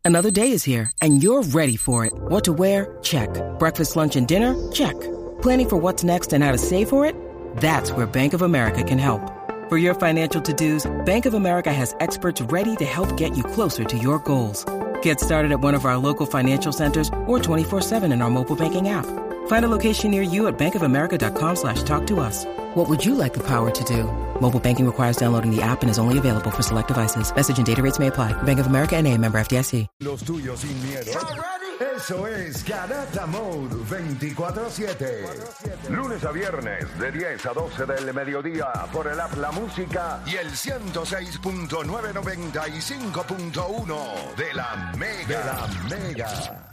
Another day is here, and you're ready for it. What to wear? Check. Breakfast, lunch, and dinner? Check. Planning for what's next and how to save for it? That's where Bank of America can help. For your financial to-dos, Bank of America has experts ready to help get you closer to your goals. Get started at one of our local financial centers or 24/7 in our mobile banking app. Find a location near you at bankofamerica.com/talktous. What would you like the power to do? Mobile banking requires downloading the app and is only available for select devices. Message and data rates may apply. Bank of America N.A., member FDIC. Los tuyos sin miedo. Eso es Garata Mode 24/7. Lunes a viernes de 10 a 12 del mediodía por el app La Música y el 106.995.1 de la Mega.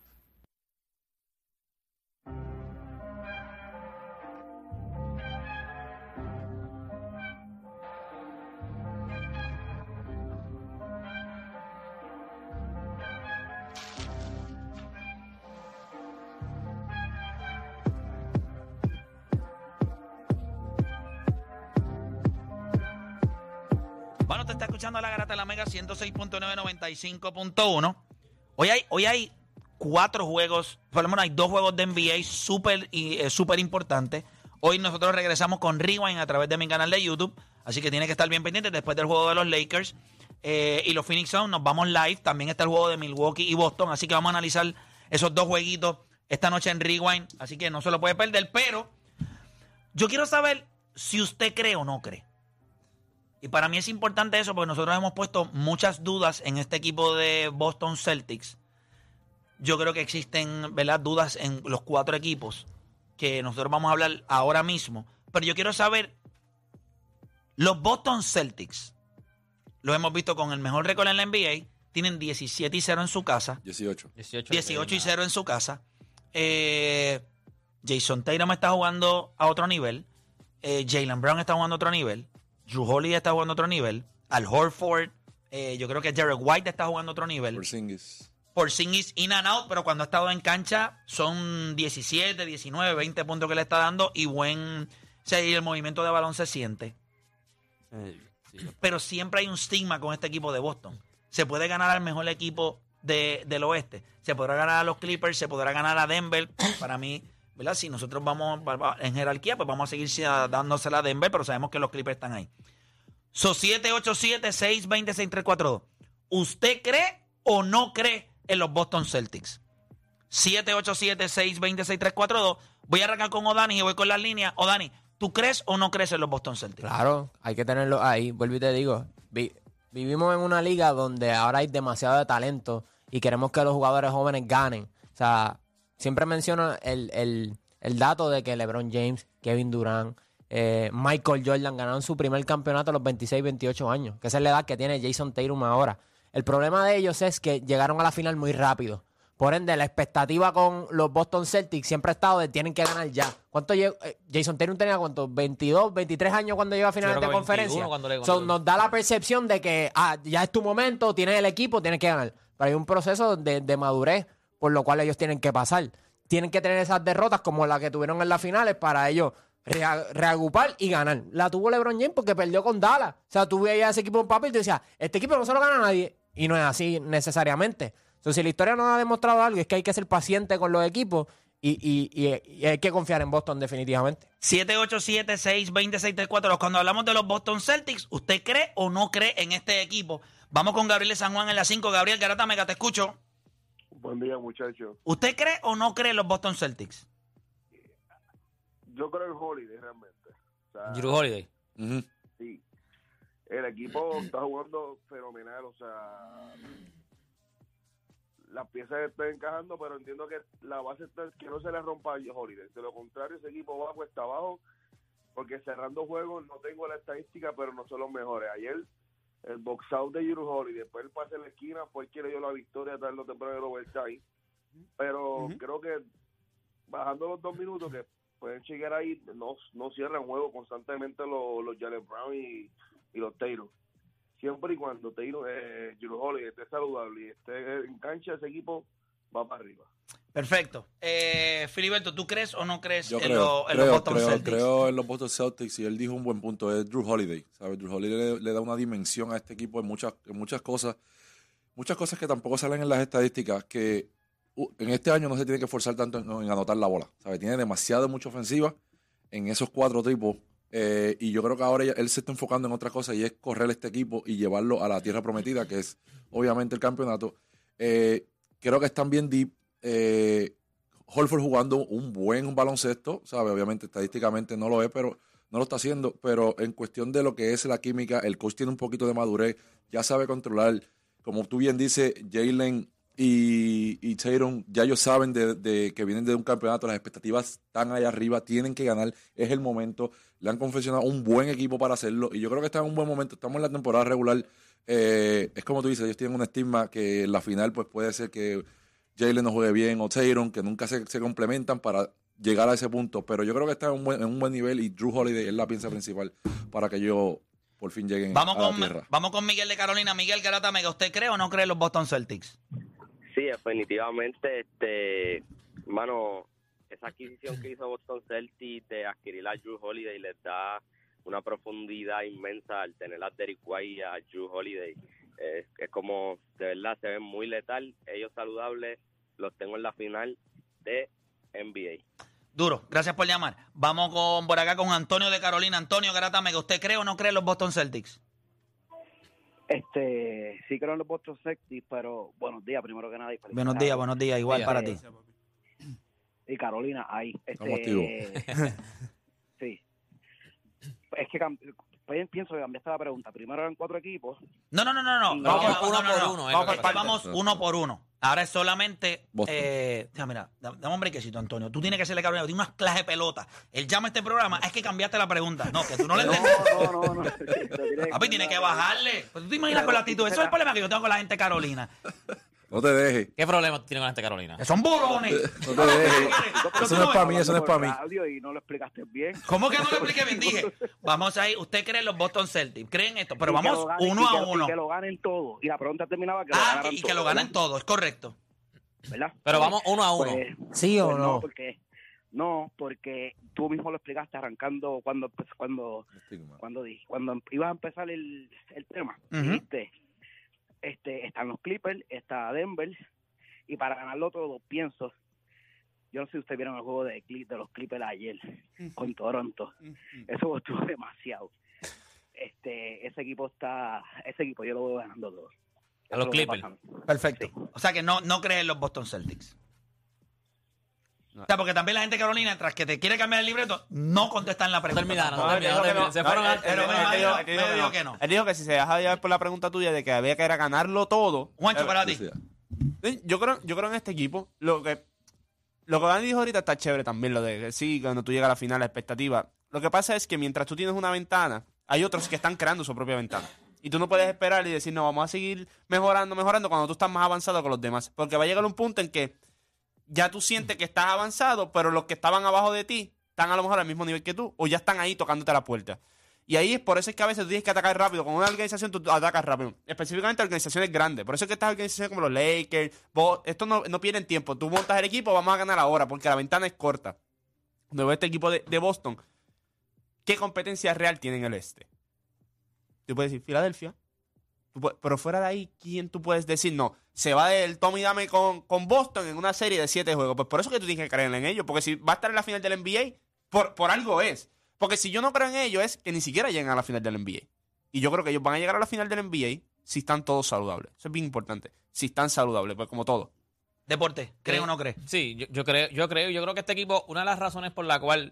Bueno, te está escuchando la Garata de la Mega 106.995.1. Hoy hay 4 juegos, por lo menos hay 2 juegos de NBA súper importantes. Hoy nosotros regresamos con Rewind a través de mi canal de YouTube, así que tiene que estar bien pendiente después del juego de los Lakers y los Phoenix Suns. Nos vamos live, también está el juego de Milwaukee y Boston, así que vamos a analizar esos 2 jueguitos esta noche en Rewind, así que no se lo puede perder, pero yo quiero saber si usted cree o no cree. Y para mí es importante eso porque nosotros hemos puesto muchas dudas en este equipo de Boston Celtics. Yo creo que existen, ¿verdad?, dudas en los 4 equipos que nosotros vamos a hablar ahora mismo. Pero yo quiero saber, los Boston Celtics, los hemos visto con el mejor récord en la NBA, tienen 17-0 en su casa. 18-0 en su casa. Jason Tatum está jugando a otro nivel. Jaylen Brown está jugando a otro nivel. Jrue Holiday está jugando a otro nivel. Al Horford, yo creo que Derek White está jugando a otro nivel. Porzingis in and out, pero cuando ha estado en cancha son 17, 19, 20 puntos que le está dando y el movimiento de balón se siente. Sí. Pero siempre hay un estigma con este equipo de Boston. Se puede ganar al mejor equipo del oeste. Se podrá ganar a los Clippers, se podrá ganar a Denver. Para mí, ¿verdad? Si nosotros vamos en jerarquía, pues vamos a seguir dándosela a Denver, pero sabemos que los Clippers están ahí. 787-620-6342. ¿Usted cree o no cree en los Boston Celtics? 787-620-6342. Voy a arrancar con O'Dani y voy con las líneas. O'Dani, ¿tú crees o no crees en los Boston Celtics? Claro, hay que tenerlo ahí. Vuelvo y te digo, vivimos en una liga donde ahora hay demasiado de talento y queremos que los jugadores jóvenes ganen. O sea, siempre menciono el dato de que LeBron James, Kevin Durant, Michael Jordan ganaron su primer campeonato a los 26, 28 años, que esa es la edad que tiene Jason Tatum ahora. El problema de ellos es que llegaron a la final muy rápido. Por ende, la expectativa con los Boston Celtics siempre ha estado de tienen que ganar ya. ¿Cuánto Jason Tatum tenía cuánto? 22, 23 años cuando llegó a finales de conferencia. Nos da la percepción de que ya es tu momento, tienes el equipo, tienes que ganar. Pero hay un proceso de madurez por lo cual ellos tienen que pasar. Tienen que tener esas derrotas como la que tuvieron en las finales para ellos reagrupar y ganar. La tuvo LeBron James porque perdió con Dallas. O sea, tú veías ese equipo en papel y te decías, este equipo no se lo gana a nadie. Y no es así necesariamente. Entonces, si la historia nos ha demostrado algo, es que hay que ser paciente con los equipos y hay que confiar en Boston definitivamente. 787-620-634. Cuando hablamos de los Boston Celtics, ¿usted cree o no cree en este equipo? Vamos con Gabriel de San Juan en la 5. Gabriel, Garata Mega, te escucho. Buen día, muchachos. ¿Usted cree o no cree en los Boston Celtics? Yo creo en Holiday, realmente. O sea, Jrue Holiday. Sí. El equipo está jugando fenomenal, o sea, las piezas están encajando, pero entiendo que la base está que no se le rompa a Holiday. De lo contrario, ese equipo va cuesta abajo, porque cerrando juegos, no tengo la estadística, pero no son los mejores. Ayer, el box out de Jrue Holiday, después el pase en la esquina, fue el que le dio la victoria tarde o temprano de overtime. Pero creo que bajando los 2 minutos, que pueden llegar ahí, no cierran juego constantemente los Jaylen Brown y los Tatum. Siempre y cuando Jrue Holiday esté saludable y esté en cancha, ese equipo va para arriba. Perfecto. Filiberto, ¿tú crees o no crees Yo en los Boston Celtics? Creo en los Boston Celtics y él dijo un buen punto, es Jrue Holiday. ¿Sabes? Jrue Holiday le da una dimensión a este equipo en muchas cosas. muchas cosas que tampoco salen en las estadísticas, que en este año no se tiene que esforzar tanto en anotar la bola, ¿sabes? Tiene mucha ofensiva en esos 4 tipos, y yo creo que ahora él se está enfocando en otra cosa, y es correr este equipo y llevarlo a la tierra prometida, que es obviamente el campeonato. Creo que están bien deep. Horford jugando un buen baloncesto, ¿sabe? Obviamente estadísticamente no lo es, pero no lo está haciendo, pero en cuestión de lo que es la química, el coach tiene un poquito de madurez, ya sabe controlar, como tú bien dices, Jalen y Tatum, ya ellos saben de que vienen de un campeonato, las expectativas están allá arriba, tienen que ganar, es el momento, le han confeccionado un buen equipo para hacerlo, y yo creo que están en un buen momento, estamos en la temporada regular, es como tú dices, ellos tienen un estigma que en la final pues puede ser que Jalen no juegue bien o Tatum, que nunca se complementan para llegar a ese punto, pero yo creo que está en un buen nivel, y Drew Holiday es la pieza principal para que ellos por fin lleguen a la tierra. Vamos con Miguel de Carolina. Miguel Garata Mega, ¿usted cree o no cree en los Boston Celtics? Sí, definitivamente, mano, esa adquisición que hizo Boston Celtics de adquirir a Drew Holiday les da una profundidad inmensa al tener a Derrick White y a Drew Holiday. Es como, de verdad, se ven muy letal. Ellos saludables, los tengo en la final de NBA. Duro, gracias por llamar. Vamos por acá con Antonio de Carolina. Antonio Garata Mega, ¿usted cree o no cree en los Boston Celtics? Sí creo en los Boston Celtics, pero buenos días, primero que nada. Buenos días, igual para ti. Y Carolina, ahí. Sí. Es que pienso que cambiaste la pregunta. Primero eran 4 equipos. No. Vamos uno por uno. Ahora es solamente... mira, dame un brequecito, Antonio. Tú tienes que hacerle Carolina. Tiene unas clases de pelota. Él llama a este programa. Es que cambiaste la pregunta. No, que tú no le entiendes. No. Papi, tiene que bajarle. Pues tú te imaginas con la actitud. Eso es el problema que yo tengo con la gente de Carolina. No te dejes. ¿Qué problema tiene con la gente de Carolina? Que son burones. No te dejes. Eso no es para mí, eso no es para mí. Y no lo explicaste bien. ¿Cómo que no lo expliqué bien? Dije, vamos ahí, usted cree en los Boston Celtics, creen esto, pero vamos uno a uno. Y que lo ganen todo. Y la pregunta terminaba que lo ganaran todo. Y que lo ganen todo, es correcto. ¿Verdad? Pero vamos uno a uno. ¿Sí o no? Porque tú mismo lo explicaste arrancando cuando ibas a empezar el tema. Dijiste, están los Clippers, está Denver, y para ganarlo todo, pienso, yo no sé si ustedes vieron el juego de los Clippers ayer con Toronto, eso estuvo demasiado. Ese equipo yo lo veo ganando todo. A los Clippers. Perfecto. Sí. O sea que no crees en los Boston Celtics. No. O sea, porque también la gente de Carolina, tras que te quiere cambiar el libreto, no contestan la pregunta. No terminaron. Se fueron antes. Él dijo que no. Él dijo que si se dejaba llevar por la pregunta tuya de que había que era ganarlo todo. Juancho, para ti. Yo creo en este equipo. Lo que Dani dijo ahorita está chévere también, lo de que sí, cuando tú llegas a la final, la expectativa. Lo que pasa es que mientras tú tienes una ventana, hay otros que están creando su propia ventana. Y tú no puedes esperar y decir, no, vamos a seguir mejorando cuando tú estás más avanzado que los demás. Porque va a llegar un punto en que ya tú sientes que estás avanzado, pero los que estaban abajo de ti están a lo mejor al mismo nivel que tú, o ya están ahí tocándote la puerta. Y ahí es por eso es que a veces tú tienes que atacar rápido. Con una organización tú atacas rápido. Específicamente organizaciones grandes. Por eso es que estas organizaciones como los Lakers, estos no pierden tiempo. Tú montas el equipo, vamos a ganar ahora, porque la ventana es corta. Luego este equipo de Boston, ¿qué competencia real tiene en el este? Tú puedes decir Filadelfia, pero fuera de ahí, ¿quién tú puedes decir? No, se va del Tommy Dame con Boston en una serie de 7 juegos. Pues por eso es que tú tienes que creer en ellos, porque si va a estar en la final del NBA, por algo es. Porque si yo no creo en ellos es que ni siquiera llegan a la final del NBA. Y yo creo que ellos van a llegar a la final del NBA si están todos saludables. Eso es bien importante. Si están saludables, pues como todo. Deporte, ¿cree o no cree? Sí, yo creo que este equipo, una de las razones por la cual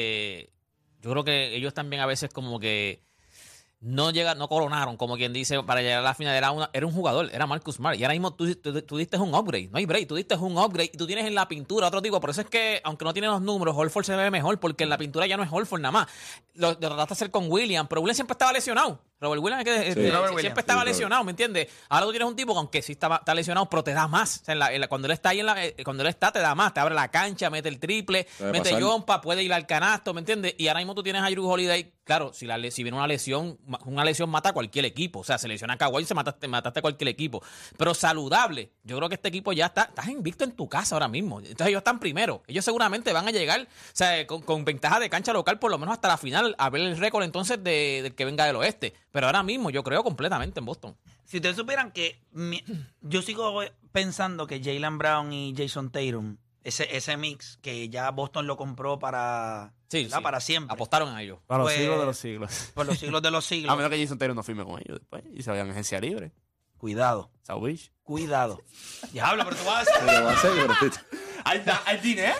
yo creo que ellos también a veces como que no coronaron, como quien dice, para llegar a la final. Era un jugador, era Marcus Smart. Y ahora mismo tú diste un upgrade. No hay break. Tú diste un upgrade y tú tienes en la pintura otro tipo. Por eso es que, aunque no tiene los números, Horford se ve mejor, porque en la pintura ya no es Horford nada más. Lo trataste de hacer con Williams, pero Williams siempre estaba lesionado. Robert Williams siempre estaba lesionado, ¿me entiendes? Ahora tú tienes un tipo que aunque sí está lesionado, pero te da más. O sea, cuando él está ahí, cuando él está, te da más. Te abre la cancha, mete el triple, mete jumpa, puede ir al canasto, ¿me entiendes? Y ahora mismo tú tienes a Drew Holiday. Claro, si viene una lesión mata a cualquier equipo. O sea, se lesiona a Kawhi y mataste a cualquier equipo. Pero saludable, yo creo que este equipo ya estás invicto en tu casa ahora mismo. Entonces ellos están primero. Ellos seguramente van a llegar, o sea, con ventaja de cancha local por lo menos hasta la final, a ver el récord entonces del que venga del oeste. Pero ahora mismo yo creo completamente en Boston. Si ustedes supieran que yo sigo pensando que Jaylen Brown y Jason Tatum, ese mix que ya Boston lo compró para siempre. Apostaron a ellos. Para los Pues, siglos de los siglos. Por los siglos de los siglos. A menos que Jason Taylor no firme con ellos después y se vayan a agencia libre. Cuidado. South Beach. Cuidado. Diablo, pero tú vas a decir. Pero va a ser, pero ¡Al dinero!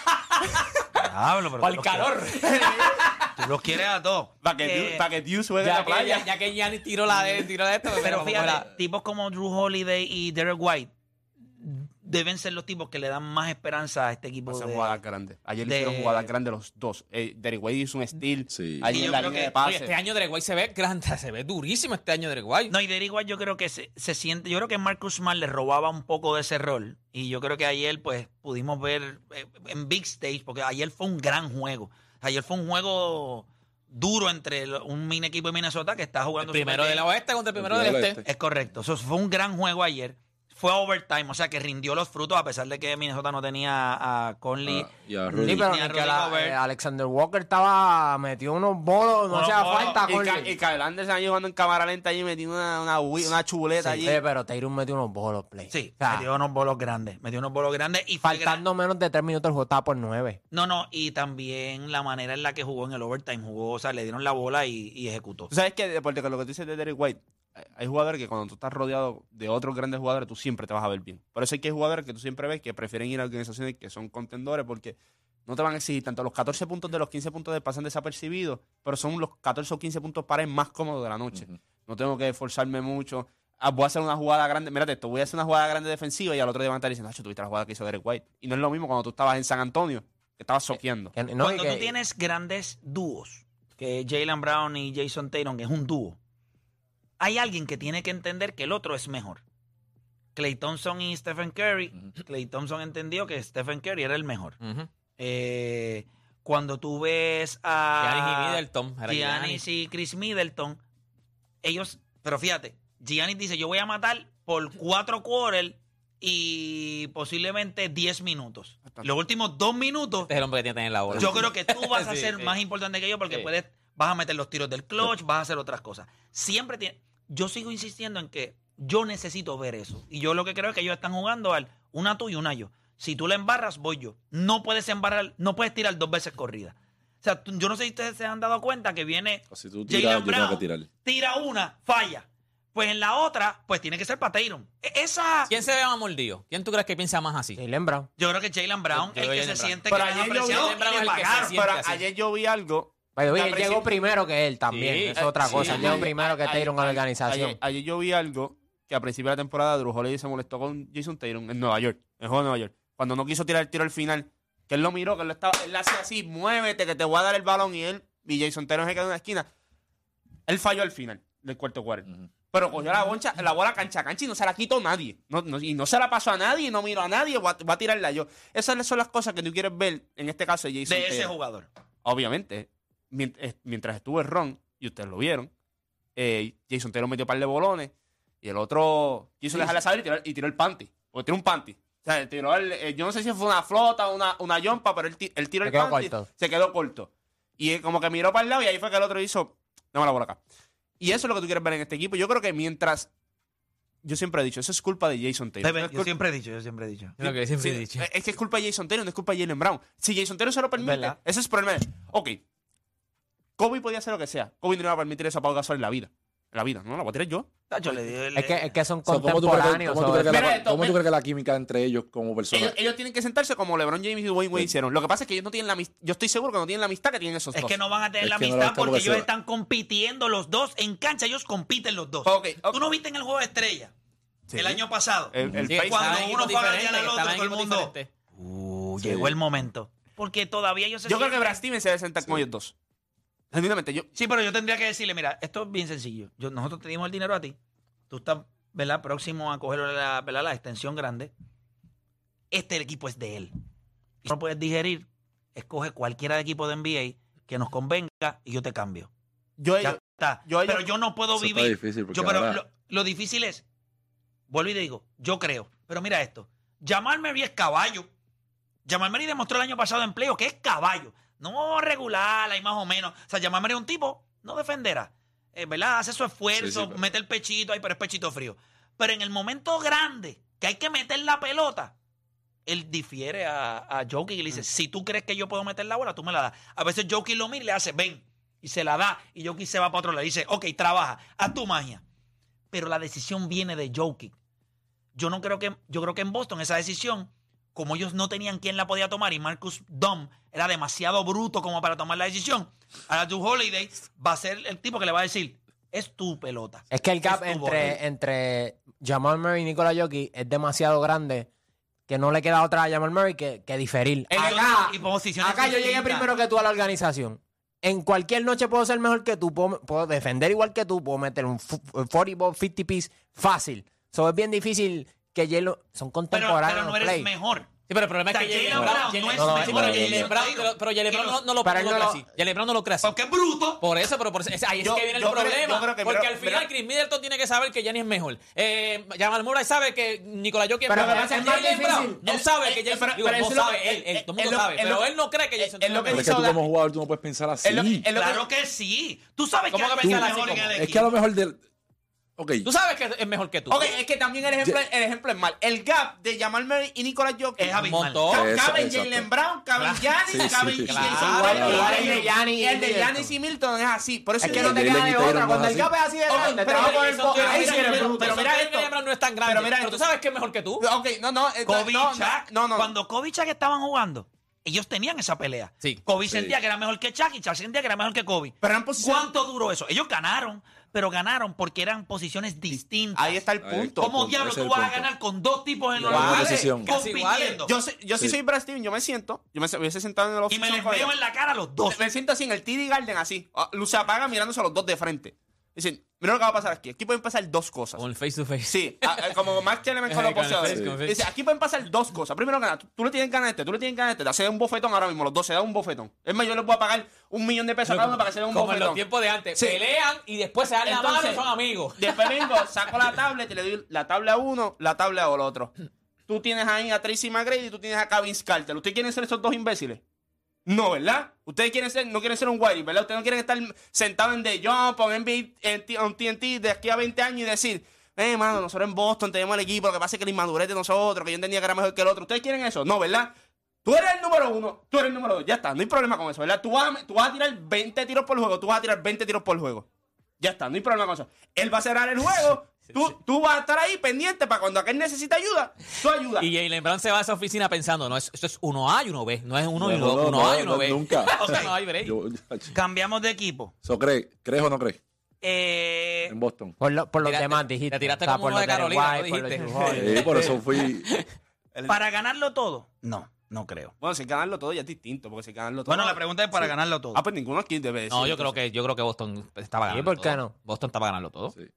Diablo, pero Para el calor. Tú los quieres a todos. Para que Deuce juegue en Ya la playa. que Giannis tiró la de esto. Pero como fíjate, la- tipos como Drew Holiday y Derek White deben ser los tipos que le dan más esperanza a este equipo. Hacen de- jugadas grandes. Ayer de- hicieron jugadas grandes los dos. Derek White hizo un steal. Sí. Allí Y yo en la creo línea que- de pase. Oye, este año Derek White se ve grande, se ve durísimo este año Derek White. No, y Derek White yo creo que se siente, yo creo que Marcus Smart le robaba un poco de ese rol. Y yo creo que ayer pues pudimos ver en Big Stage, porque ayer fue un gran juego. Ayer fue un juego duro entre un mini equipo de Minnesota que está jugando El primero súper del bien. oeste contra el primero El del del este. Es correcto. Eso fue un gran juego ayer. Fue overtime, o sea que rindió los frutos a pesar de que Minnesota no tenía a Conley. Y a Sí, Rudy. pero Ni a ni que Rudy Gobert. Alexander Walker metió unos bolos, no Unos hacía bolos. falta. Y Kyle Anderson ahí jugando en cámara lenta allí metió una chuleta allí. Pero Tatum metió unos bolos, play. Sí, O sea, metió unos bolos grandes. Y fue faltando menos de 3 minutos el juego estaba por 9. No, y también la manera en la que jugó en el overtime. Jugó, o sea, le dieron la bola y ejecutó. Tú sabes que, porque con lo que tú dices de Derek White, hay jugadores que cuando tú estás rodeado de otros grandes jugadores, tú siempre te vas a ver bien. Por eso hay que hay jugadores que tú siempre ves que prefieren ir a organizaciones que son contendores porque no te van a exigir tanto los 14 puntos de los 15 puntos de pasan desapercibidos, pero son los 14 o 15 puntos pares más cómodos de la noche. No tengo que esforzarme mucho. Voy a hacer una jugada grande. Mírate esto, voy a hacer una jugada grande defensiva y al otro día van a estar diciendo, tuviste la jugada que hizo Derek White. Y no es lo mismo cuando tú estabas en San Antonio, que estabas soqueando. Cuando tú tienes grandes dúos, que Jaylen Brown y Jason Tatum, que es un dúo, hay alguien que tiene que entender que el otro es mejor. Klay Thompson y Stephen Curry. Klay Thompson entendió que Stephen Curry era el mejor. Ujú. Cuando tú ves a Giannis y Middleton, era Giannis Giannis. y Chris Middleton, ellos, pero fíjate, Giannis dice, yo voy a matar por 4 quarters y posiblemente 10 minutos. Los últimos 2 minutos, Este es el hombre que tiene que tener la bola. yo creo que tú vas a Sí, ser sí. más importante que yo porque vas a meter los tiros del clutch, vas a hacer otras cosas. Siempre tiene. Yo sigo insistiendo en que yo necesito ver eso. Y yo lo que creo es que ellos están jugando al una tú y una yo. Si tú la embarras, voy yo. No puedes embarrar, no puedes tirar 2 veces corrida. O sea, yo no sé si ustedes se han dado cuenta que viene Si tú tiras, Jaylen yo tengo que Brown, tirar. tira una, falla. Pues en la otra, pues tiene que ser para Tatum. Esa. ¿Quién se ve más mordido? ¿Quién tú crees que piensa más así? Jaylen Brown. Yo creo que Jaylen Brown Yo es el que Jaylen se Brown. siente Pero que es ayer yo vi- apreciado Jaylen Brown y es le el que se pagaron. siente Pero así. ayer yo vi algo. Él llegó primero que él también. Sí, Eso es otra cosa. Él llegó primero que Tatum a la organización. Ayer yo vi algo que a principio de la temporada Drew Holiday se molestó con Jason Tatum en Nueva York, en el juego de Nueva York. Cuando no quiso tirar el tiro al final, que él lo miró, que él le hacía así, muévete, que te voy a dar el balón. Y Jason Tatum se quedó en una esquina. Él falló al final del cuarto cuarto. Pero cogió la bola cancha a cancha y no se la quitó nadie. Y no se la pasó a nadie, no miró a nadie, voy a tirarla yo. Esas son las cosas que tú quieres ver, en este caso, de Jason De ese Tatum. jugador. Obviamente, mientras estuvo el ron, y ustedes lo vieron, Jason Tatum metió un par de bolones y el otro quiso dejarla salir y tiró el panty. O tiró un panty. O sea, tiró yo no sé si fue una flota o una yompa, pero él tiró el panty. Se quedó corto. Y como que miró para el lado y ahí fue que el otro hizo, dame la bola acá. Y eso es lo que tú quieres ver en este equipo. Yo creo que mientras, yo siempre he dicho, eso es culpa de Jason Tatum. Bebé, No es yo culpa- siempre he dicho. Es lo que siempre he dicho. Es que es culpa de Jason Tatum, no es culpa de Jaylen Brown. Si Jason Tatum se lo permite, ¿Verdad? ese es el problema. Ok, Kobe podía hacer lo que sea. Kobe no le iba a permitir eso a Pau Gasol en la vida. En la vida, no, la voy a tirar yo. Tacho, le dio el- Es que son O sea, ¿cómo tú crees contemporáneos. cómo tú crees que Mira la- esto, cómo tú mira. crees que la química entre ellos como personas? Ellos tienen que sentarse como LeBron James y Dwayne Wade hicieron. Lo que pasa es que ellos no tienen la amistad. Yo estoy seguro que no tienen la amistad que tienen esos Es dos. que no van a tener Es la que no amistad la porque porque ellos se- están compitiendo los dos. En cancha ellos compiten los dos. Ok, ok. ¿Tú no viste en el juego de estrella? Sí. El año pasado. El Sí, face- cuando estaban en uno equipos fue a ganar diferentes, al otro, estaban en todo el equipos mundo. diferentes. Sí. Llegó el momento. Porque todavía ellos se Yo creo que sienten- Brad Stevens se debe sentar con ellos dos. Genuinamente, yo. Sí, pero yo tendría que decirle, mira, esto es bien sencillo. Nosotros te dimos el dinero a ti. Tú estás, ¿verdad? Próximo a coger la extensión grande. Este equipo es de él. Y si no puedes digerir, escoge cualquiera de equipo de NBA que nos convenga y yo te cambio. Yo Ya está. yo- pero yo no puedo Eso está vivir. difícil porque Pero ahora- lo difícil es, vuelvo y te digo, yo creo. Pero mira esto. Jamal Murray es caballo. Jamal Murray demostró el año pasado en playoff que es caballo. No regular, ahí más o menos. O sea, Jamal Murray es un tipo, no defenderá. ¿verdad? Hace su esfuerzo, Sí, pero- mete el pechito ahí, pero es pechito frío. Pero en el momento grande, que hay que meter la pelota, él difiere a Jokic y le dice, si tú crees que yo puedo meter la bola, tú me la das. A veces Jokic lo mira y le hace, ven, y se la da. Y Jokic se va para otro lado y dice, ok, trabaja, haz tu magia. Pero la decisión viene de Jokic. Yo creo que en Boston esa decisión, como ellos no tenían quien la podía tomar y Marcus Dom era demasiado bruto como para tomar la decisión, ahora Jrue Holiday va a ser el tipo que le va a decir, es tu pelota. Es que el gap Es tu bola. entre Jamal Murray y Nikola Jokic es demasiado grande que no le queda otra a Jamal Murray que diferir. Y posiciones Acá yo llegué distintas. primero que tú a la organización. En cualquier noche puedo ser mejor que tú, puedo defender igual que tú, puedo meter un 40 piece fácil. So, es bien difícil que Jalen... Son contemporáneos. Pero no eres play. mejor. Sí, pero el problema es O sea, que Jaylen Jaylen Brown Brown no es no, mejor. sí, pero Yo Jaylen Brown, digo, pero Jaylen que Brown los- no lo pero él lo no cree lo- así. Jaylen Brown no lo cree así. Porque es bruto. Por eso, ahí es que viene el yo creo- problema. yo creo que porque mira, al final mira. Chris Middleton tiene que saber que Giannis es mejor. Jamal Murray sabe que Nikola Jokic es Pero mejor. es más Jaylen Brown difícil. no sabe que Jason... pero Digo, eso no es lo sabe, que- él, todo el es mundo lo- sabe. es lo Pero que- él no cree que Jason es lo que Pero es que tú como jugador tú no puedes pensar así. Es lo que- Claro que sí. Tú sabes que ¿Cómo que alguien es pensar así mejor en como? el Es que a lo equipo. mejor del... Ok. Tú sabes que es mejor que tú. Ok, es que también el ejemplo es mal. El gap de Jamal Murray y Nikola Jokic Es abismal. montón. Eso, caben exacto. Jaylen Brown, caben Giannis, Sí, sí, caben sí. Jason Claro, Tatum, igual caben- el de Giannis y el de y Giannis y Milton es así. Por eso Es que yo no te Jaylen queda y de Tatum otra. no Cuando es el así. gap es así de grande, te pero vas a poner eso- ahí sí eres bruto. pero mira esto. Jaylen Brown no es tan grande. Pero mira Pero esto. tú sabes que es mejor que tú. Ok, no. Kobe y Shaq, no. cuando Kobe y Shaq estaban jugando, ellos tenían esa pelea. Sí. Kobe Sí. sentía que era mejor que Shaq y Shaq sentía que era mejor que Kobe. Pero eran posiciones- ¿Cuánto duró eso? Ellos ganaron, pero ganaron porque eran posiciones distintas. Ahí está el Ahí. punto. ¿Cómo punto, diablo ese es tú el vas a punto. ganar con dos tipos en los Igual. lugares Posición. Casi compitiendo? Yo sí Sí. soy Brad Stevens, yo me hubiese sentado en el Y me les off-season veo en la cara a los dos. Me siento así en el TD Garden, así. Luz se apaga mirándose a los dos de frente. Dicen, mira lo que va a pasar aquí. Aquí pueden pasar dos cosas. Con el face to face. Sí, como Max Telemann con los Con el boxeadores. face, con el face. Dice, aquí pueden pasar dos cosas. Primero que nada, tú le tienes ganas a tú le tienes ganas a te hace un bofetón ahora mismo, los dos se dan un bofetón. Es más, yo les voy a pagar $1 millón de pesos a cada uno para que se den un Como en bofetón. los tiempos de antes. Sí. Pelean y después se dan la mano y son amigos. Después vengo, saco la tablet y le doy la tabla a uno, la tabla al otro. Tú tienes ahí a Tracy McGrady y tú tienes a Kevin Carter. ¿Ustedes quieren ser esos dos imbéciles? No, ¿verdad? Ustedes no quieren ser un Whitey, ¿verdad? Ustedes no quieren estar sentados en The Jump o en TNT de aquí a 20 años y decir, mano, nosotros en Boston tenemos el equipo, lo que pasa es que la inmadurez de nosotros, que yo entendía que era mejor que el otro. ¿Ustedes quieren eso? No, ¿verdad? Tú eres el número 1, tú eres el número 2, ya está, no hay problema con eso, ¿verdad? Tú vas a tirar 20 tiros por juego, tú vas a tirar 20 tiros por juego. Ya está, no hay problema con eso. Él va a cerrar el juego, tú vas a estar ahí pendiente para cuando aquel necesite ayuda, tú ayudas. Y Jaylen Brown se va a esa oficina pensando, no, esto es 1A y 1B, no es 1 y No, 2, no, 1A y 1B. nunca. O sea, no hay break. Cambiamos de equipo. ¿Crees o no crees? Eh, En Boston. Por los Tiraste- demás dijiste. te tiraste O sea, como por uno los de Carolina, White, ¿no por los dijiste? Jrue Holiday. Sí, por eso fui... ¿Para ganarlo todo? No creo. Bueno, si ganarlo todo ya es distinto, porque si ganarlo todo... Bueno, la pregunta es para ganarlo todo. Ah, pues ninguno aquí debe decir. No, yo creo que Boston estaba ¿Y ganando por qué todo. no? Boston estaba ganando todo. Sí.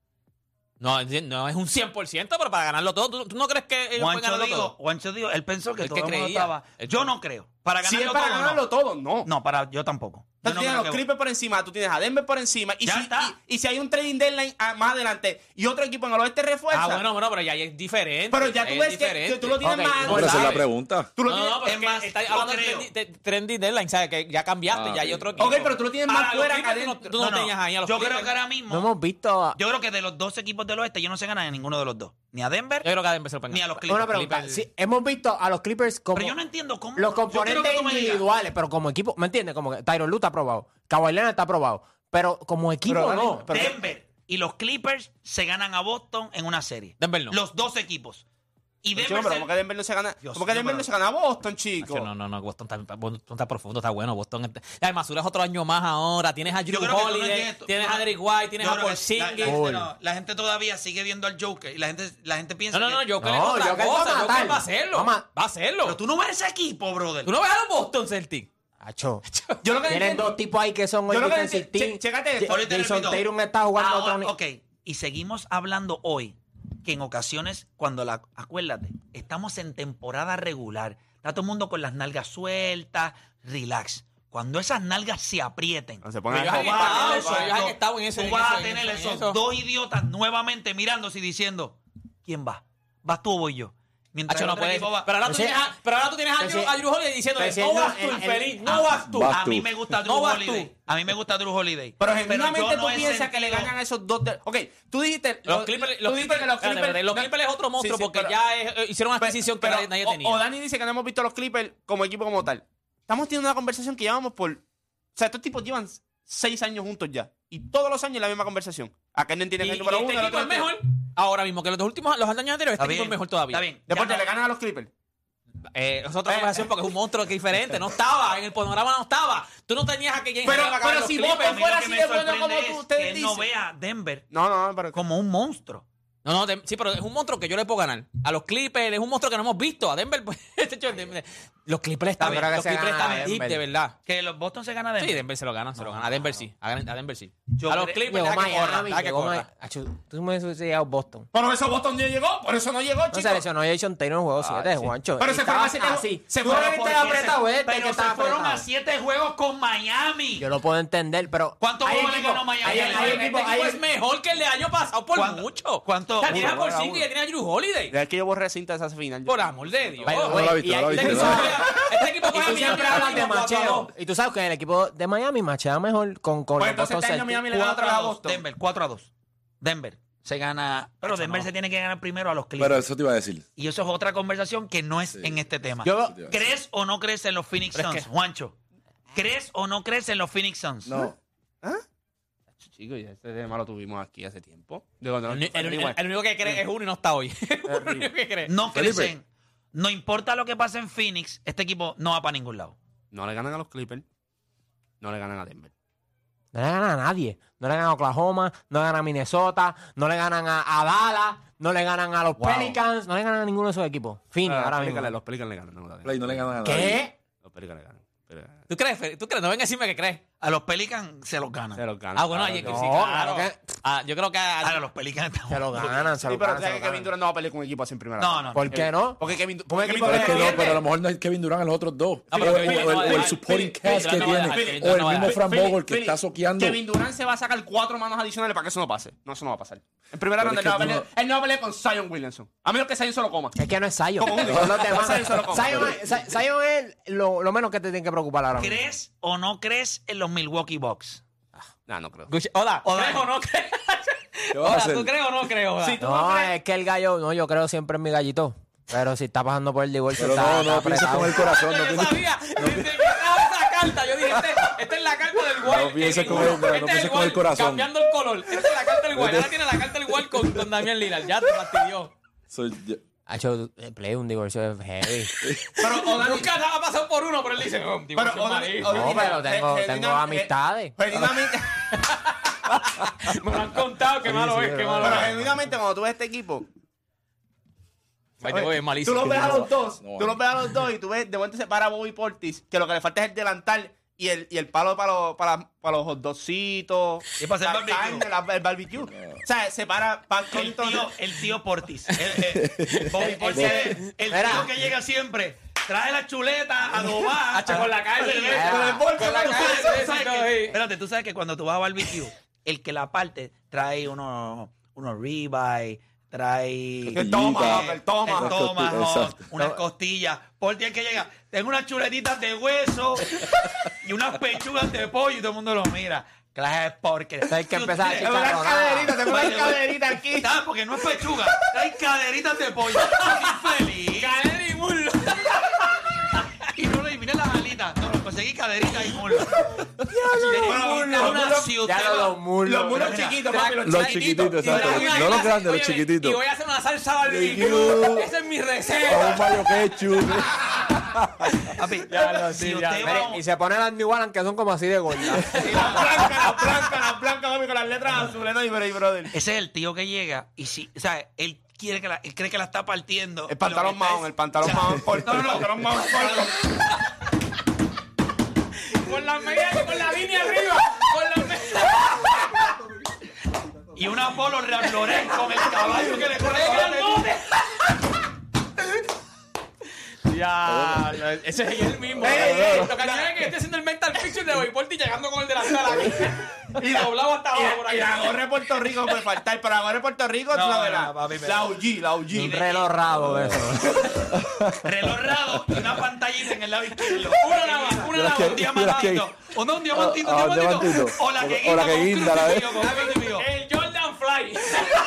No es un 100%, pero para ganarlo todo. ¿Tú no crees que ellos pueden ganarlo todo? Juancho dijo, él pensó que El todo que el mundo creía. estaba. Yo no creo. Para Si es ganarlo para todo, ganarlo no. todo, no. No, yo tampoco. Tú Yo no tienes creo a los que- Clippers por encima, tú tienes a Denver por encima. Y Ya si, está. y si hay un trading deadline más adelante y otro equipo en el oeste refuerza. Bueno, pero ya es diferente. Pero ya tú es ves diferente. que tú lo tienes Ok, más. Pero esa es la ¿sabes? pregunta. Tú lo No, tienes, no, pero es es que más, está yo hablando creo. de trending deadline, ¿sabes? Que ya cambiaste, ya hay ok. otro equipo. Ok, pero tú lo tienes más Ahora, los fuera Clippers, que tú no- adentro. Tú no tenías ahí a los Yo Clippers. creo que ahora mismo. No hemos visto... Yo creo que de los dos equipos del oeste, ellos no se ganan a ninguno de los dos. Ni a Denver, Yo creo que Denver se lo pueden ni a ganar. los Clippers. Una pregunta. Clippers- Sí, hemos visto a los Clippers como Pero yo no entiendo cómo. los yo quiero componentes que tú me digas. individuales, pero como equipo, ¿me entiendes? Como que Tyronn Lue está aprobado, Kawhi Leonard está aprobado, pero como equipo Pero, no. pero- Denver y los Clippers se ganan a Boston en una serie. Denver no. Los dos equipos. Y Chico, Denver pero se- como que Denver no se gana. Dios Como que mío, Denver pero- no se gana a Boston, chico. No, Boston está profundo, está bueno. Boston además, es otro año más ahora. Tienes a Yo Jrue creo que tú no Holiday, entiendes. tienes a Derrick White, tienes Yo a creo que Porzingis. la gente todavía sigue viendo al Joker y la gente piensa No, que... Joker es No, otra Joker cosa. va a Joker matar. va a hacerlo. Vamos a- Va a hacerlo. Pero tú no ves ese equipo, brother. ¿Tú no ves a los Boston Celtics? Acho. Yo lo que Tienen entiendo- dos tipos ahí que son Yo el lo que defensive entiendo- team. chécate esto. Ahorita Jason repito. Tatum está jugando Ahora, otro nivel. ok, y seguimos hablando hoy que en ocasiones acuérdate, estamos en temporada regular, está todo el mundo con las nalgas sueltas, relax. Cuando esas nalgas se aprieten, No se Pero pongan ellos a han jugar. estado, ellos han estado en eso. tú en vas eso, a en tener eso, en esos eso. dos idiotas nuevamente mirándose y diciendo, ¿quién va? ¿Vas tú o voy yo? Mientras Hacho, el no otro puedes. equipo va... Pero ahora tú tienes a Drew Holiday diciéndole, no vas tú, infeliz, no vas tú. A mí me gusta Drew No vas Holiday. tú. A mí me gusta Drew Holiday. Pero yo genuinamente no tú he piensas que le sentido- ganan a esos dos. Ok, tú dijiste. Los Clippers es otro monstruo porque pero- ya hicieron una adquisición que pero- nadie o- tenía. O Dani dice que no hemos visto a los Clippers como equipo como tal. Estamos teniendo una conversación que llevamos por. O sea, estos tipos llevan 6 años juntos ya. Y todos los años la misma conversación. Aquel no entiende que el número este 1 equipo es mejor ahora mismo que los años anteriores. Este equipo es mejor todavía. Está bien. Después Ya le no- ganan a los Clippers. Es otra conversación porque es un monstruo que es diferente. No estaba, en el panorama no estaba. Tú no tenías a que James Harden acabar los si Clippers. Boston A mí fuera lo que así me de bueno sorprende como es ustedes que él no dicen. vea a Denver No, pero. como un monstruo. No, sí, pero es un monstruo que yo le puedo ganar. A los Clippers es un monstruo que no hemos visto. A Denver, pues, los Clippers están Yo creo que los se Clippers gana están a deep, Denver. de verdad. Que los Boston se gana a Denver. Sí, Denver se lo gana. A Denver sí. A Denver sí. Yo A los creo- Clippers Llegó deja que corra, Miami, deja que llegó corra. Miami. Acho, tú me hubiese llegado Boston. Por eso Boston no llegó. Por eso no llegó, No chicos. se lesionó Jason Taylor en el juego 7, Juancho. Pero se fueron a 7 así. se Tú fueron no viste porque apretado este, que Pero se estaba fueron apretado. a 7 juegos con Miami. Yo lo puedo entender, pero... ¿Cuántos hay juegos le equipos- ganó Miami? hay Este equipos- equipo es mejor que el del año pasado por ¿Cuánto? mucho. ¿Cuánto? O sea, tienes a Uno, Porzingis y ya tienes a Drew Holiday. Es que yo borré cinta de esa final. Por amor de Dios. By the No way, la he visto, y no la he hay- visto. y tú no la he sabes- visto. Este equipo Y coge a tú Miami siempre hablas de 4-2. macheo. Y tú sabes que el equipo de Miami machea mejor con Pues los entonces Boston este año Celtics. Miami le gana otra vez a 4-2. Boston. Denver, 4-2. Denver se gana. Pero Denver se tiene que ganar primero a los Clippers. Pero eso te iba a decir. Y eso es otra conversación que no es en este tema. Yo- ¿Crees o no crees en los Phoenix Pero es Suns, que- Juancho? ¿Crees o no crees en los Phoenix Suns? No. Chicos, ya este tema lo tuvimos aquí hace tiempo. Digo, no, El único que cree es uno y no está hoy. El único que cree. No Felipe. crecen. No importa lo que pase en Phoenix, este equipo no va para ningún lado. No le ganan a los Clippers. No le ganan a Denver. No le ganan a nadie. No le ganan a Oklahoma, no le ganan a Minnesota, no le ganan a Dallas, no le ganan a los Pelicans, no le ganan a ninguno de esos equipos. Phoenix, ahora mismo. Los Pelicans le ganan. No, Play no le ganan a nadie. ¿Qué? Los Pelicans le ganan. ¿Tú crees, Felipe? ¿Tú crees? No venga a decirme que crees. A los Pelicans se los ganan. Se los ganan. Ah, bueno, Claro sí, que no, sí. claro. claro que- Yo creo que Ahora los Pelicans están Se lo ganan, se Sí, lo pero ganan. sabes que Kevin Durant no va a pelear con un equipo así en primera. No. ¿Por qué no? Porque Kevin Un equipo Pero es que no, pierde. pero a lo mejor no es Kevin Durant en los otros dos. Ah, pero o, Kevin o Durant no va a el dejar. supporting Kevin cast que Durant no va a tiene. dejar. Kevin O el Durant no va a mismo dejar. Fran Vogel que Philly, está soqueando. Kevin Durant se va a sacar 4 manos adicionales para que eso no pase. No, eso no va a pasar. En primera Pero ronda es que él no va a pelear con Zion Williamson. A menos que Zion se lo coma. Es que no es Zion. Como un- Son los demás. Zion se lo come. Zion es lo menos que te tiene que preocupar ahora mismo. ¿Crees o no crees en los Milwaukee Bucks? No creo. Hola, Hola. ¿crees o no crees? ¿Qué vas a Hola, hacer? ¿tú crees o no crees? Hola. Sí, tú No, no crees. es que el gallo, no, yo creo siempre en mi gallito. Pero si está pasando por el divorcio, Pero está, no está pienses apretado. con el corazón. No Yo pienses, sabía, desde que estaba esa carta, yo dije, esta es la carta del Wild. No pienses con Este el- no es pienses con el Wild corazón. Cambiando el color. Esta es la carta del Wild. Ahora tiene la carta del Wild con Damián Lillard. Ya te fastidió. Ha hecho play un divorcio es heavy. Pero O'Dani- Nunca ha pasado por uno, pero él dice, oh, divorcio Pero marido. No, pero tengo amistades. Genuinamente, Me lo han contado, qué malo es, qué malo pero es. genuinamente cuando tú ves este equipo, Es malísimo. tú los ves a los dos. No, Tú los ves a los dos y tú ves, de momento se para Bobby Portis, que lo que le falta es el delantal y el palo para los hot dogcitos. Y para hacer la barbecue. carne, el barbecue. O sea, se para El tío Portis. Bobby Portis. El Mira. tío que llega siempre. Trae la chuleta adobada. Hacha con la carne. Con el bolso, con la Tú carne. sabes- tú sabes sí, que- sí. espérate, tú sabes que cuando tú vas a barbecue, el que la parte trae unos ribeye, trae El tomahawk, el tomahawk. el tomahawk, Exacto. unas costillas. Por ti el que llega, tengo unas chuletitas de hueso y unas pechugas de pollo y todo el mundo lo mira. Clase de porquería. Hay que empezar a Tú- Tengo unas caderitas, tengo By unas the way, caderitas aquí. ¿sabes? Porque no es pechuga, trae caderitas de pollo. Estoy infeliz. Cadera y muslo. Y no le vienen las alitas. No, conseguí caderitas y muslo. Los mulos. Los muros Mira, chiquitos, tra- papi, Los chiquititos, Y exacto. trae una No los clase- grandes, los oye, chiquititos. Y voy a hacer una salsa Barbecue. barbecue. Esa es mi O un receta. mayo ketchup. Papi, sí, si ya. usted Mire, va y se pone las New Balance que son como así de gordas. las blancas, papi, con las letras azules, no, y brother. ese es el tío que llega y si, o sea, él cree que la está partiendo. El pantalón Lo que está mahón, es- el pantalón o sea, mahón corto, el pantalón mahón corto. Con las medias y con la línea arriba. Con las medias. Y una polo Ralph Lauren con el caballo que le corre. Ya, Ese es el mismo. Lo que hacía es que esté haciendo el mental picture de Boyport y llegando con el delantero aquí. Y doblado hasta abajo por ahí. Y la gorra de Puerto Rico puede faltar, pero la gorra de Puerto Rico, tú sabes, la OG. Un reloj raro de eso. Reloj rado y una pantallita en el lado izquierdo. Una nada más, un diamantito. O no, un diamantito. O la que guinda la vez. El Jordan Fly.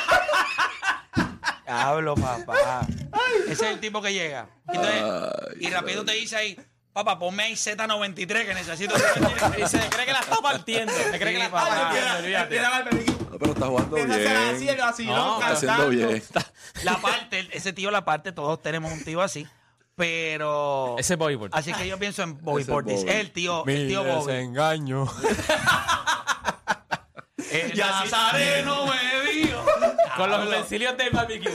Hablo, papá. Ese es el tipo que llega. Entonces, y rápido te dice ahí, papá, ponme ahí Z93 que necesito. Y se cree que la está partiendo. Se cree que la está partiendo. No, pero está jugando bien. Está haciendo bien. Ese tío la parte, todos tenemos un tío así. Pero. Ese es Bobby Portis. Así que yo pienso en Bobby Portis. Bobby. Es el tío Bobby. Desengaño. El Nazareno me vio. Con los utensilios del barbecue.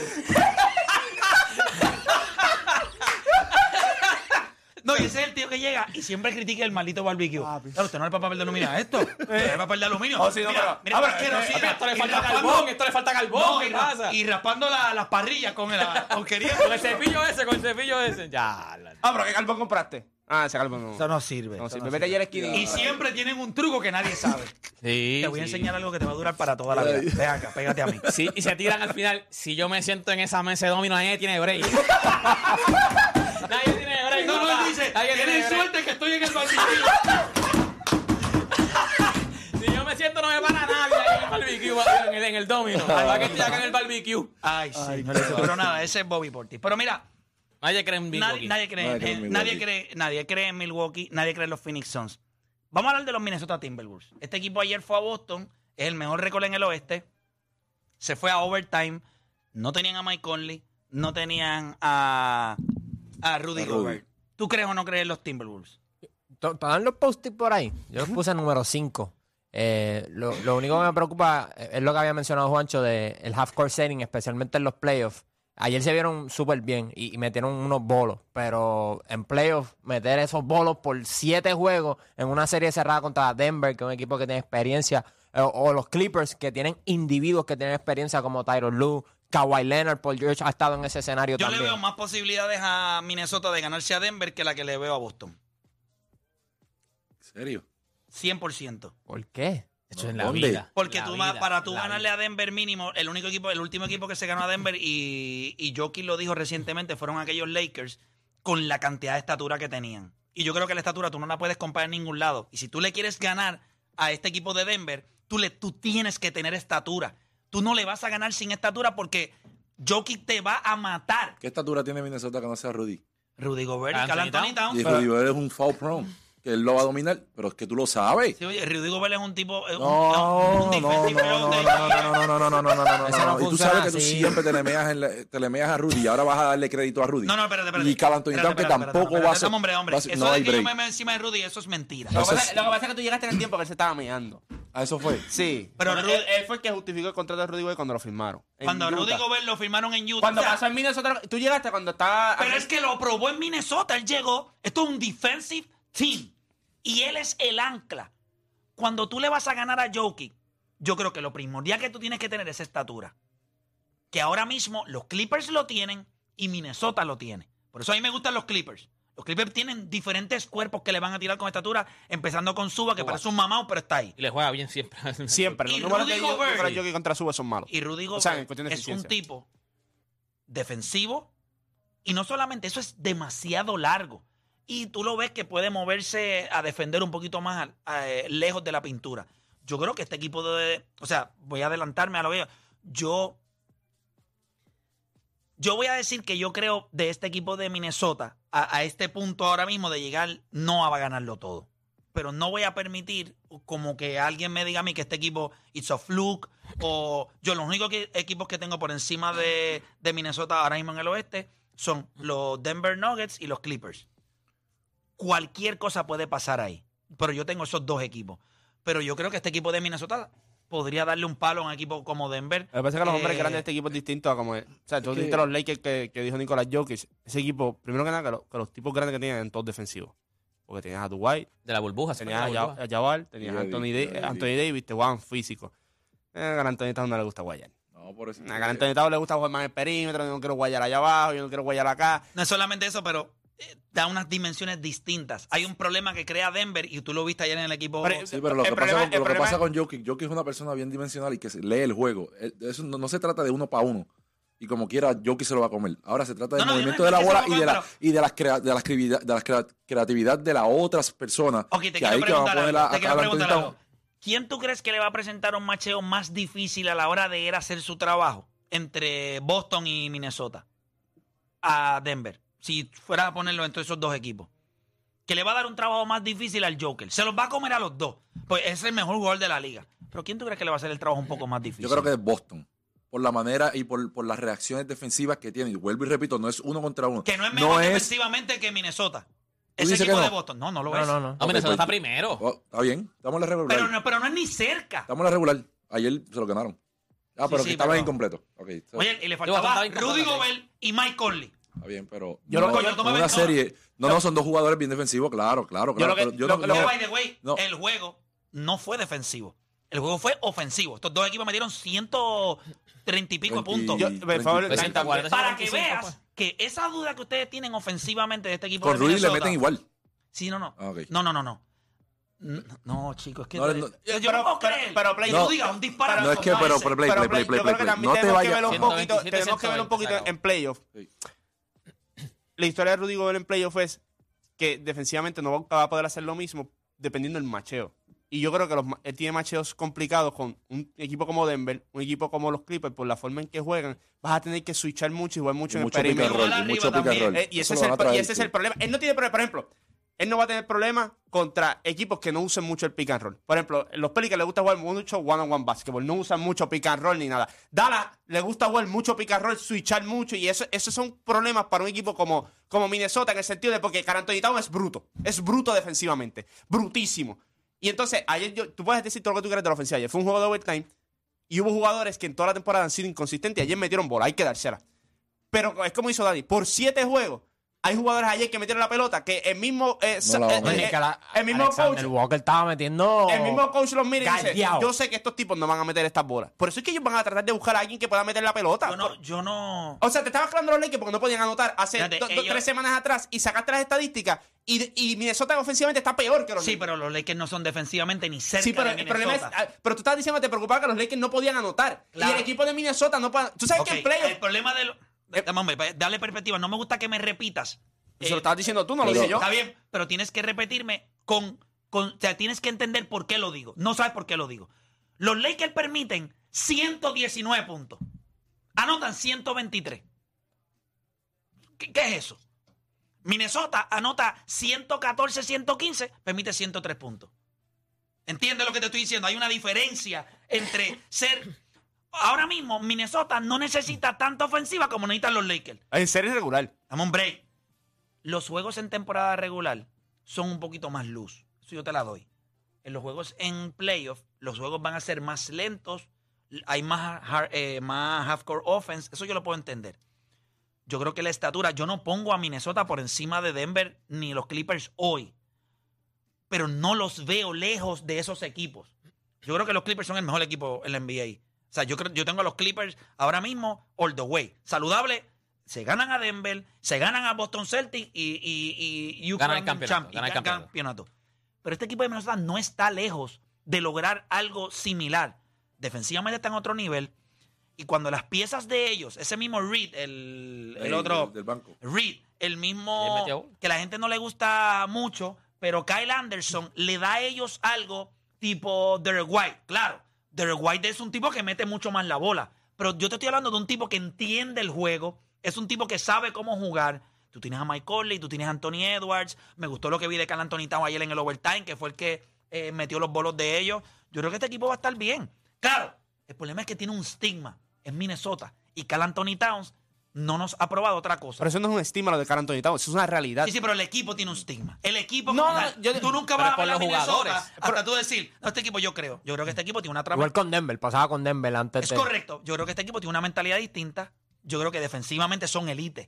No, y ese es el tío que llega y siempre critica el maldito barbecue. Claro, usted no es el papel de aluminio a esto. Usted es el papel de aluminio. Oh, sí, no, mira, pero Esto le falta carbón, esto le falta carbón. ¿Qué pasa? Y raspando las parrillas con la porquería. Con el cepillo ese. Ya. Pero ¿qué carbón compraste? Ese carbón no. Eso no sirve. No sirve. Vete ayer a esquina. Y siempre tienen un truco que nadie sabe. Sí. Te voy a enseñar algo que te va a durar para toda la vida. Ven acá, pégate a mí. Sí, y se tiran al final. Si yo me siento en esa mesa de dominó, nadie tiene break. Nadie tiene break. No, él dice, tienes suerte que estoy en el barbecue. Si yo me siento, no me para nadie ahí en el barbecue, en el domino. ¿Para qué estoy acá en el barbecue? Ay, sí. Pero nada, ese es Bobby Portis. Pero mira, nadie cree en Milwaukee. Nadie cree en Milwaukee, nadie cree en los Phoenix Suns. Vamos a hablar de los Minnesota Timberwolves. Este equipo ayer fue a Boston, es el mejor récord en el oeste. Se fue a overtime. No tenían a Mike Conley, no tenían a Rudy Gobert. ¿Tú crees o no crees en los Timberwolves? ¿Están los post-it por ahí? Yo los puse número 5. Lo único que me preocupa es lo que había mencionado Juancho del half-court setting, especialmente en los playoffs. Ayer se vieron súper bien y metieron unos bolos, pero en playoffs meter esos bolos por 7 juegos en una serie cerrada contra Denver, que es un equipo que tiene experiencia, o los Clippers, que tienen individuos que tienen experiencia como Tyronn Lue, Kawhi Leonard, Paul George ha estado en ese escenario también. Yo le veo más posibilidades a Minnesota de ganarse a Denver que la que le veo a Boston. ¿En serio? 100%. ¿Por qué? Eso es la vida. Porque para tú ganarle a Denver mínimo, el último equipo que se ganó a Denver, y Jokic lo dijo recientemente, fueron aquellos Lakers con la cantidad de estatura que tenían. Y yo creo que la estatura tú no la puedes comprar en ningún lado. Y si tú le quieres ganar a este equipo de Denver, tú tienes que tener estatura. Tú no le vas a ganar sin estatura porque Jokic te va a matar. ¿Qué estatura tiene Minnesota que no sea Rudy? Rudy Gobert y Karl Anthony Towns. Y Rudy Gobert es un foul prone. Que él lo va a dominar, pero es que tú lo sabes. Sí, oye, Rudy Gobert es un tipo. No. Y tú sabes que tú así. siempre te le meas a Rudy y ahora vas a darle crédito a Rudy. No, espérate. Y Karl Anthony Towns que tampoco va a ser. Hombre. Eso no de hay que yo break. me encima de Rudy, eso es mentira. Lo que pasa es que tú llegaste en el tiempo que él se estaba meando. ¿A eso fue? Sí. Pero Pero él fue el que justificó el contrato de Rudy Gobert cuando lo firmaron. Cuando Rudy Gobert lo firmaron en Utah. Cuando pasó en Minnesota, tú llegaste cuando estaba. Pero es que lo probó en Minnesota. Él llegó. Esto es un defensive team. Y él es el ancla. Cuando tú le vas a ganar a Jokic, yo creo que lo primordial que tú tienes que tener es estatura. Que ahora mismo los Clippers lo tienen y Minnesota lo tiene. Por eso a mí me gustan los Clippers. Los Clippers tienen diferentes cuerpos que le van a tirar con estatura, empezando con Suba, que parece un mamado, pero está ahí. Y le juega bien siempre. Siempre. Y Los números Rudy que yo Gobert. Jokic contra Suba son malos. Y Rudy Gobert O sea, en cuestión de es un eficiencia. tipo defensivo. Y no solamente eso, es demasiado largo. Y tú lo ves que puede moverse a defender un poquito más lejos de la pintura. Yo creo que este equipo voy a adelantarme a lo que yo voy a decir que yo creo de este equipo de Minnesota a este punto ahora mismo de llegar, no va a ganarlo todo. Pero no voy a permitir como que alguien me diga a mí que este equipo it's a fluke, o yo los únicos equipos que tengo por encima de Minnesota ahora mismo en el oeste son los Denver Nuggets y los Clippers. Cualquier cosa puede pasar ahí. Pero yo tengo esos dos equipos. Pero yo creo que este equipo de Minnesota podría darle un palo a un equipo como Denver. Lo que pasa es que los hombres grandes de este equipo es distinto a como... O sea, tú dijiste los Lakers que dijo Nicolás Jokic. Ese equipo, primero que nada, que los tipos grandes que tenían eran todos defensivos. Porque tenías a Dwight, De la burbuja. tenías a Jabal, tenías a Anthony Davis, te jugaban físico. A Anthony Towns no le gusta guayar. No, por eso. A Anthony Towns le gusta jugar más en el perímetro, yo no quiero guayar allá abajo, yo no quiero guayar acá. No es solamente eso, pero da unas dimensiones distintas. Hay un problema que crea Denver y tú lo viste ayer en el equipo. Sí, pero lo que pasa con Jokic es una persona bien dimensional y que lee el juego. Eso no se trata de uno para uno. Y como quiera, Jokic se lo va a comer. Ahora se trata del movimiento de la bola y de la creatividad de las otras personas. Ok, te quiero preguntar algo. ¿Quién tú crees que le va a presentar un macheo más difícil a la hora de él hacer su trabajo entre Boston y Minnesota? A Denver. Si fuera a ponerlo entre esos dos equipos. Que le va a dar un trabajo más difícil al Joker. Se los va a comer a los dos. Pues es el mejor jugador de la liga. Pero ¿quién tú crees que le va a hacer el trabajo un poco más difícil? Yo creo que es Boston. Por la manera y por las reacciones defensivas que tiene. Y vuelvo y repito, no es uno contra uno. Que no es mejor defensivamente que Minnesota. Ese equipo de Boston. No lo es. No, Minnesota está primero. Está bien. Estamos en la regular. Pero no es ni cerca. Estamos en la regular. Ayer se lo ganaron. Pero que estaban incompletos. Oye, y le faltaba Rudy Gobert y Mike Conley. Está bien, pero una serie. No, son dos jugadores bien defensivos, claro. By the way, el juego no fue defensivo. El juego fue ofensivo. Estos dos equipos metieron 130 y pico de puntos. Para que veas que esa duda que ustedes tienen ofensivamente de este equipo con de Rudy le meten igual. Sí, no. Okay. No. No, chicos, es que yo no puedo creer. Pero Play, no diga un disparo. No es que, pero Play. Yo creo que también tenemos que ver un poquito en playoff. Sí. La historia de Rudy Gobert en playoff es que defensivamente no va a poder hacer lo mismo dependiendo del macheo. Y yo creo que él tiene macheos complicados con un equipo como Denver, un equipo como los Clippers, por la forma en que juegan, vas a tener que switchar mucho y jugar mucho en el perímetro. Y ese es el problema. Él no tiene problema, por ejemplo, él no va a tener problema contra equipos que no usen mucho el pick and roll. Por ejemplo, los Pelicans les gusta jugar mucho one-on-one basketball, no usan mucho pick and roll ni nada. Dallas le gusta jugar mucho pick and roll, switchar mucho, y esos son problemas para un equipo como Minnesota, en el sentido de porque Karl Anthony Towns es bruto defensivamente, brutísimo. Y entonces, ayer tú puedes decir todo lo que tú quieras de la ofensiva. Ayer fue un juego de overtime y hubo jugadores que en toda la temporada han sido inconsistentes y ayer metieron bola, hay que dársela. Pero es como hizo Daddy, por 7 juegos, hay jugadores ayer que metieron la pelota que el mismo coach Walker estaba metiendo. El mismo coach los mira y dice: yo sé que estos tipos no van a meter estas bolas. Por eso es que ellos van a tratar de buscar a alguien que pueda meter la pelota. Yo no. O sea, te estabas hablando los Lakers porque no podían anotar hace 3 semanas atrás y sacaste las estadísticas. Y Minnesota ofensivamente está peor que los Lakers. Sí, pero los Lakers no son defensivamente ni cerca pero de Minnesota. El problema es, pero tú estabas diciendo que te preocupaba que los Lakers no podían anotar. Claro. Y el equipo de Minnesota no puede. Tú sabes que el playoff. El problema dale perspectiva. No me gusta que me repitas. Eso lo estabas diciendo tú, no lo dije yo. Está bien, pero tienes que repetirme o sea, tienes que entender por qué lo digo. No sabes por qué lo digo. Los Lakers permiten 119 puntos. Anotan 123. ¿Qué es eso? Minnesota anota 114, 115, permite 103 puntos. ¿Entiendes lo que te estoy diciendo? Hay una diferencia entre ser... Ahora mismo, Minnesota no necesita tanta ofensiva como necesitan los Lakers. En serie regular. Dame un break. Los juegos en temporada regular son un poquito más luz. Eso yo te la doy. En los juegos en playoff, los juegos van a ser más lentos. Hay más half-court offense. Eso yo lo puedo entender. Yo creo que la estatura... Yo no pongo a Minnesota por encima de Denver ni los Clippers hoy. Pero no los veo lejos de esos equipos. Yo creo que los Clippers son el mejor equipo en la NBA. O sea, yo tengo a los Clippers ahora mismo all the way. Saludable... Se ganan a Denver, se ganan a Boston Celtics y ganan el campeonato. Pero este equipo de Minnesota no está lejos de lograr algo similar. Defensivamente está en otro nivel. Y cuando las piezas de ellos, ese mismo Reed, el otro del banco. Reed, el mismo que la gente no le gusta mucho, pero Kyle Anderson le da a ellos algo tipo Derek White. Claro, Derek White es un tipo que mete mucho más la bola. Pero yo te estoy hablando de un tipo que entiende el juego. Es un tipo que sabe cómo jugar. Tú tienes a Mike Conley, tú tienes a Anthony Edwards. Me gustó lo que vi de Karl Anthony Towns ayer en el overtime, que fue el que metió los bolos de ellos. Yo creo que este equipo va a estar bien. Claro, el problema es que tiene un estigma en Minnesota. Y Karl Anthony Towns no nos ha probado otra cosa. Pero eso no es un estigma lo de Karl Anthony Towns, eso es una realidad. Sí, pero el equipo tiene un estigma. El equipo... tú nunca vas a ver a Minnesota hasta tú decir, no, este equipo yo creo que este equipo tiene una trama... Igual con Denver, pasaba con Denver antes Es correcto. Yo creo que este equipo tiene una mentalidad distinta. Yo creo que defensivamente son elite.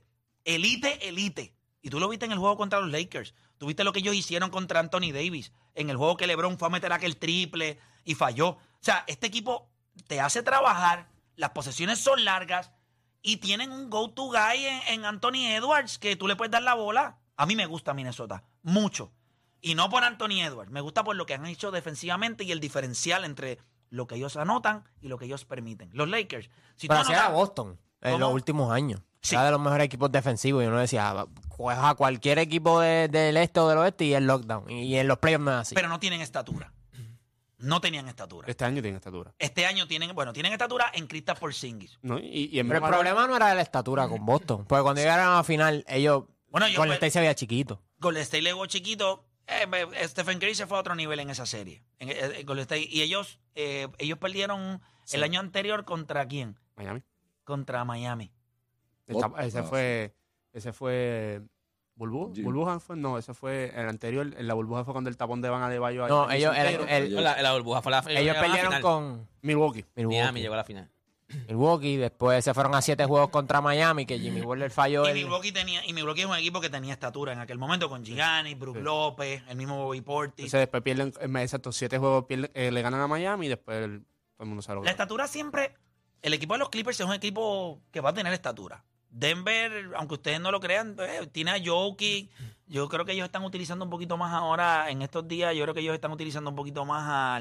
Elite. Y tú lo viste en el juego contra los Lakers. Tú viste lo que ellos hicieron contra Anthony Davis. En el juego que LeBron fue a meter aquel triple y falló. O sea, este equipo te hace trabajar. Las posesiones son largas. Y tienen un go-to guy en Anthony Edwards que tú le puedes dar la bola. A mí me gusta Minnesota, mucho. Y no por Anthony Edwards, me gusta por lo que han hecho defensivamente y el diferencial entre lo que ellos anotan y lo que ellos permiten. Los Lakers, si Pero tú así era anotas- Boston en los últimos años. Sí. Era de los mejores equipos defensivos. Y uno decía, juega a cualquier equipo del este o del oeste y es lockdown. Y en los playoffs no es así. pero no tienen estatura. No tenían estatura. Este año tiene estatura. Este año tienen estatura en Kristaps Porzingis. ¿No? Y en Pero el verdad- problema no era la estatura con Boston. Porque cuando llegaron a la final, ellos... Bueno, yo Golden pues- State se veía chiquito. Golden State le jugó chiquito. Stephen Curry se fue a otro nivel en esa serie. En Golden State. Y ellos perdieron el año anterior ¿contra quién? Miami. Contra Miami. Ese fue ¿Burbuja? Jim. ¿Burbuja fue? No, ese fue el anterior. En la burbuja fue cuando el tapón de Van Adebayo. No, ahí ellos hizo eran... entero. La burbuja fue la ellos llegaron a la perdieron final. con Milwaukee. Miami llegó a la final. Milwaukee. Después se fueron a 7 juegos contra Miami, que Jimmy Butler falló. Y Milwaukee es un equipo que tenía estatura en aquel momento con Giannis, Brook López, el mismo Bobby Portis. Entonces después pierden, exacto, 7 juegos le ganan a Miami y después todo el mundo sabe lo La que estatura siempre... El equipo de los Clippers es un equipo que va a tener estatura. Denver, aunque ustedes no lo crean, tiene a Jokic. Yo creo que ellos están utilizando un poquito más ahora, en estos días, yo creo que ellos están utilizando un poquito más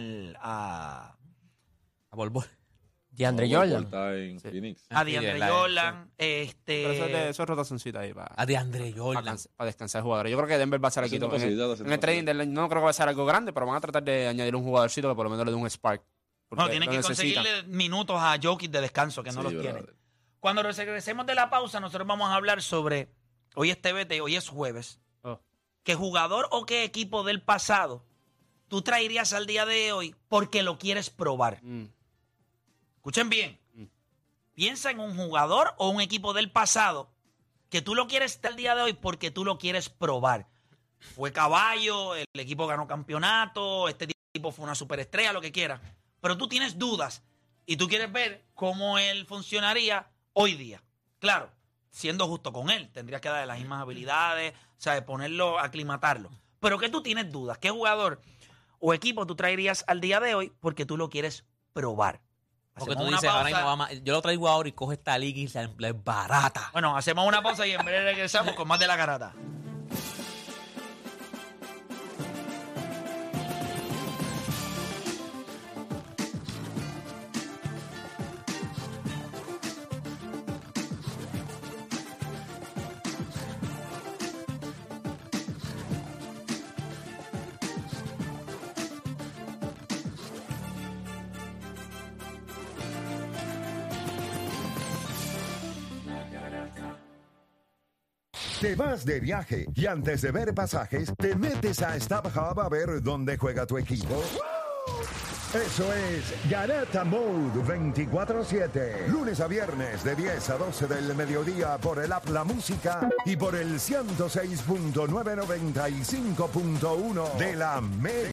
A Bol. DeAndre No, Jordan. Está en Sí. Phoenix. a Sí, DeAndre verdad, Jordan. Pero eso es rotacioncita ahí para A DeAndre Jordan. descansar jugadores. Yo creo que Denver va a hacer aquí Haciendo en facilidad, el haciendo trading facilidad. deadline. No creo que va a ser algo grande, pero van a tratar de añadir un jugadorcito que por lo menos le dé un spark. porque No, tienen lo que necesitan. conseguirle minutos a Jokic de descanso, que no Sí, los tienen. brother. Cuando regresemos de la pausa, nosotros vamos a hablar sobre, hoy es TBT, hoy es jueves, Oh. ¿qué jugador o qué equipo del pasado tú traerías al día de hoy porque lo quieres probar? Escuchen bien. Piensa en un jugador o un equipo del pasado que tú lo quieres al día de hoy porque tú lo quieres probar. Fue caballo, el equipo ganó campeonato, este tipo fue una superestrella, lo que quiera. Pero tú tienes dudas y tú quieres ver cómo él funcionaría hoy día. Claro, siendo justo con él, tendrías que darle las mismas habilidades, ¿sabes? Ponerlo, aclimatarlo. Pero que tú tienes dudas, ¿qué jugador o equipo tú traerías al día de hoy porque tú lo quieres probar? Porque Hacemos tú una dices, ahora pausa. mismo yo lo traigo ahora y coge esta liga y la es barata. Bueno, hacemos una pausa y en breve regresamos con más de La Garata. Te vas de viaje y antes de ver pasajes, te metes a StubHub a ver dónde juega tu equipo. Eso es Garata Mode 24/7. Lunes a viernes de 10 a 12 del mediodía por el app La Música y por el 106.995.1 de la Mega.